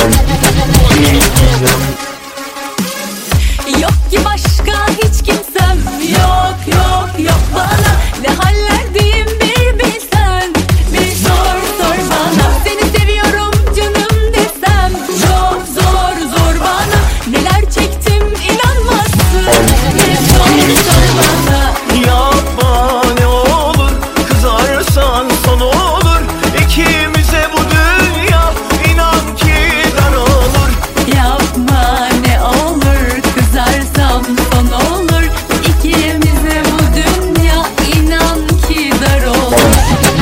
Yok ki başka hiç kimsem, yok yok yok bana. Ne hallerdeyim bir bilsen, bir sor sor bana. Seni seviyorum canım desem, çok zor zor bana. Neler çektim inanmazsın, bir sor sor bana. Yapma ne olur, kızarsan son olur. İkimize bu dünya inan ki dar olur. Yapma ne olur, kızarsam son olur. İkimize bu dünya inan ki dar olur.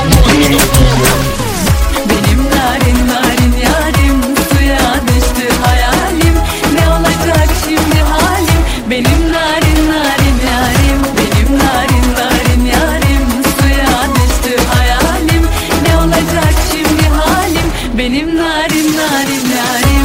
Benim narin narin yarim, suya düştü hayalim. Ne olacak şimdi halim? Benim narin narin yarim, benim narin narin yarim, suya düştü hayalim. Ne olacak şimdi halim? Benim narin narin yarim.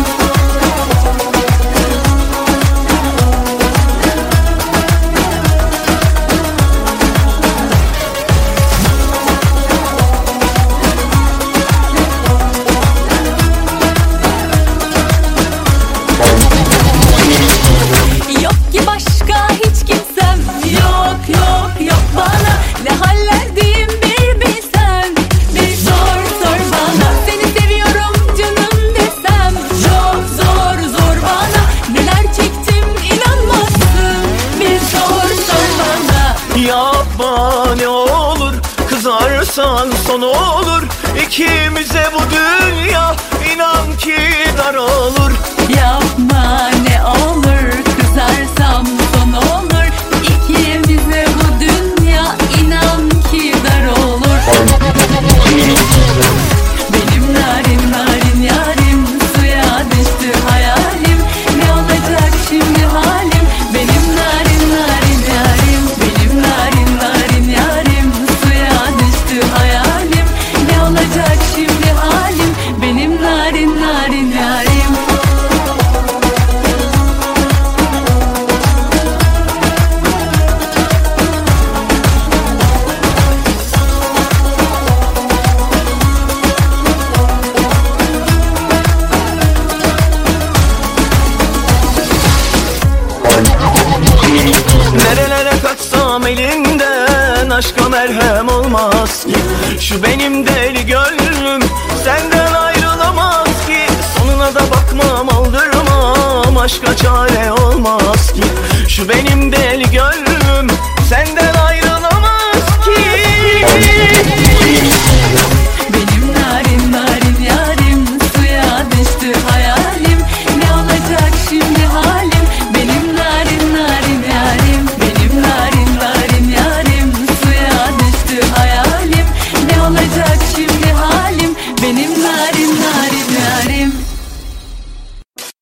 Yok ki başka hiç kimsem, yok yok yok bana. Ne hallerdeyim bir bilsen, bir sor sor bana. Seni seviyorum canım desem, çok zor zor bana. Neler çektim inanmazsın, bir sor sor bana. Yapma ne olur, kızarsan son olur. İkimize bu dünya inan ki dar olur. Yapma ne olur, kızarsam son olur. İkimize bu dünya inan ki dar olur. Benim narin narin yarim, suya düştü hayalim. Ne olacak şimdi halim? Benim narin narin yarim, benim narin narin yarim, suya düştü hayalim. Ne olacak şimdi halim? Benim narin narin yarim. Nerelere kaçsam elinden aşka merhem olmaz ki. Şu benim deli gönlüm senden ayrılamaz ki. Sonuna da bakmam aldırmam, aşka çare olmaz ki. Şu benim deli gönlüm senden